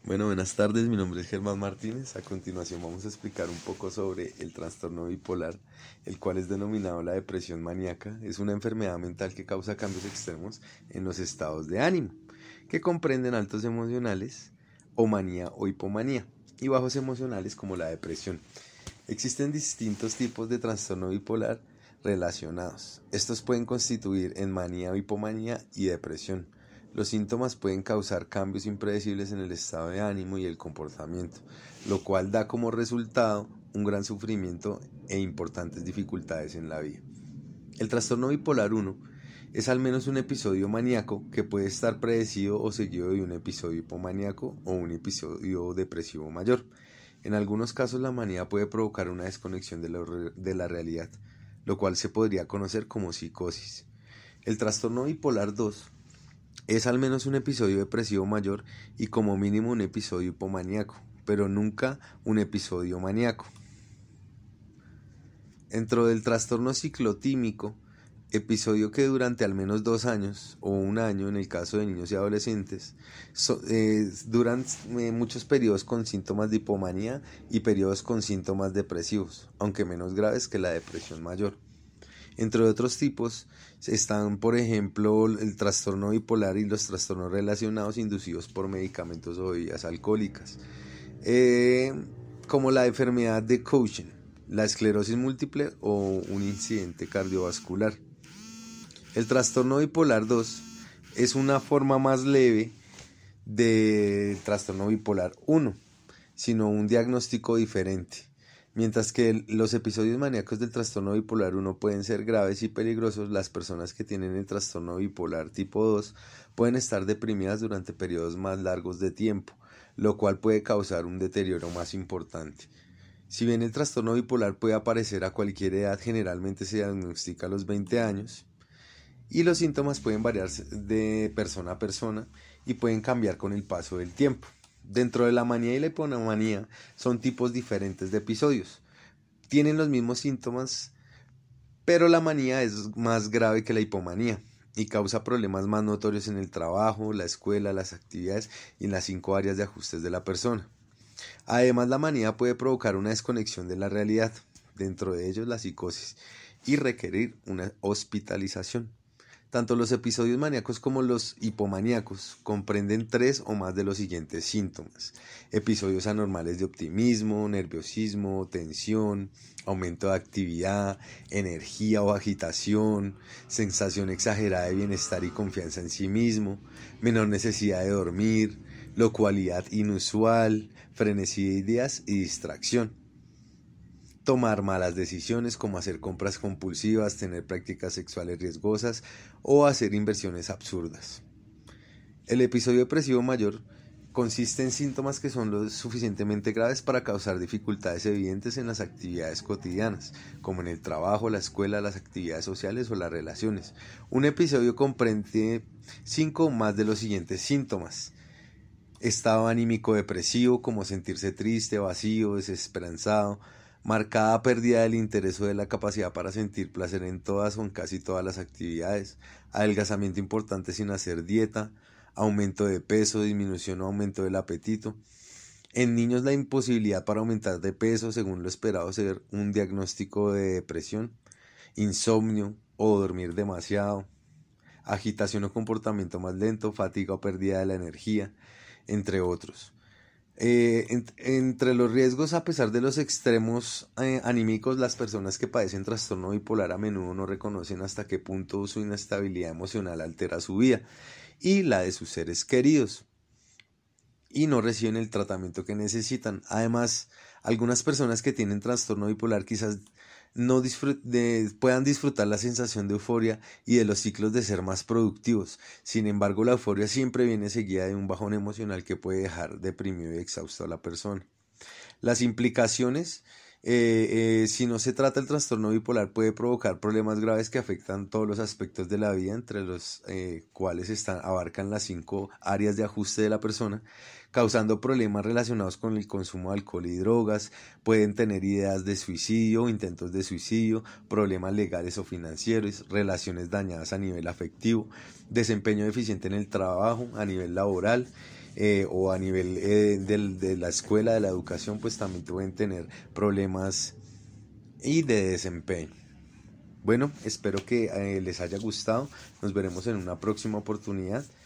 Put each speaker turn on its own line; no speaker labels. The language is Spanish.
Bueno, buenas tardes, mi nombre es Germán Martínez. A continuación vamos a explicar un poco sobre el trastorno bipolar, el cual es denominado la depresión maníaca. Es una enfermedad mental que causa cambios extremos en los estados de ánimo, que comprenden altos emocionales o manía o hipomanía, y bajos emocionales como la depresión. Existen distintos tipos de trastorno bipolar relacionados. Estos pueden constituir en manía o hipomanía y depresión. Los síntomas pueden causar cambios impredecibles en el estado de ánimo y el comportamiento, lo cual da como resultado un gran sufrimiento e importantes dificultades en la vida. El trastorno bipolar 1 es al menos un episodio maníaco que puede estar precedido o seguido de un episodio hipomaníaco o un episodio depresivo mayor. En algunos casos la manía puede provocar una desconexión de la realidad, lo cual se podría conocer como psicosis. El trastorno bipolar 2 es al menos un episodio depresivo mayor y como mínimo un episodio hipomaníaco, pero nunca un episodio maníaco. Dentro del trastorno ciclotímico, episodio que durante al menos 2 años o un año en el caso de niños y adolescentes, duran muchos periodos con síntomas de hipomanía y periodos con síntomas depresivos, aunque menos graves que la depresión mayor. Entre otros tipos están, por ejemplo, el trastorno bipolar y los trastornos relacionados inducidos por medicamentos o bebidas alcohólicas, como la enfermedad de Cushing, la esclerosis múltiple o un incidente cardiovascular. El trastorno bipolar 2 es una forma más leve de trastorno bipolar 1, sino un diagnóstico diferente. Mientras que los episodios maníacos del trastorno bipolar 1 pueden ser graves y peligrosos, las personas que tienen el trastorno bipolar tipo 2 pueden estar deprimidas durante periodos más largos de tiempo, lo cual puede causar un deterioro más importante. Si bien el trastorno bipolar puede aparecer a cualquier edad, generalmente se diagnostica a los 20 años y los síntomas pueden variar de persona a persona y pueden cambiar con el paso del tiempo. Dentro de la manía y la hipomanía son tipos diferentes de episodios. Tienen los mismos síntomas, pero la manía es más grave que la hipomanía y causa problemas más notorios en el trabajo, la escuela, las actividades y en las 5 áreas de ajustes de la persona. Además, la manía puede provocar una desconexión de la realidad, dentro de ellos la psicosis, y requerir una hospitalización. Tanto los episodios maníacos como los hipomaníacos comprenden 3 o más de los siguientes síntomas: episodios anormales de optimismo, nerviosismo, tensión, aumento de actividad, energía o agitación, sensación exagerada de bienestar y confianza en sí mismo, menor necesidad de dormir, locuacidad inusual, frenesí de ideas y distracción. Tomar malas decisiones como hacer compras compulsivas, tener prácticas sexuales riesgosas o hacer inversiones absurdas. El episodio depresivo mayor consiste en síntomas que son lo suficientemente graves para causar dificultades evidentes en las actividades cotidianas, como en el trabajo, la escuela, las actividades sociales o las relaciones. Un episodio comprende 5 o más de los siguientes síntomas: estado anímico depresivo, como sentirse triste, vacío, desesperanzado, marcada pérdida del interés o de la capacidad para sentir placer en todas o en casi todas las actividades, adelgazamiento importante sin hacer dieta, aumento de peso, disminución o aumento del apetito. En niños, la imposibilidad para aumentar de peso según lo esperado ser un diagnóstico de depresión, insomnio o dormir demasiado, agitación o comportamiento más lento, fatiga o pérdida de la energía, entre otros. Entre los riesgos, a pesar de los extremos anímicos, las personas que padecen trastorno bipolar a menudo no reconocen hasta qué punto su inestabilidad emocional altera su vida y la de sus seres queridos, y no reciben el tratamiento que necesitan. Además, algunas personas que tienen trastorno bipolar quizás no puedan disfrutar la sensación de euforia y de los ciclos de ser más productivos. Sin embargo, la euforia siempre viene seguida de un bajón emocional que puede dejar deprimido y exhausto a la persona. Las implicaciones, si no se trata el trastorno bipolar, puede provocar problemas graves que afectan todos los aspectos de la vida, entre los cuales abarcan las 5 áreas de ajuste de la persona, causando problemas relacionados con el consumo de alcohol y drogas. Pueden tener ideas de suicidio, intentos de suicidio, problemas legales o financieros, relaciones dañadas a nivel afectivo, desempeño deficiente en el trabajo, a nivel laboral, o a nivel de la escuela, de la educación, pues también pueden tener problemas y de desempeño. Bueno, espero que les haya gustado. Nos veremos en una próxima oportunidad.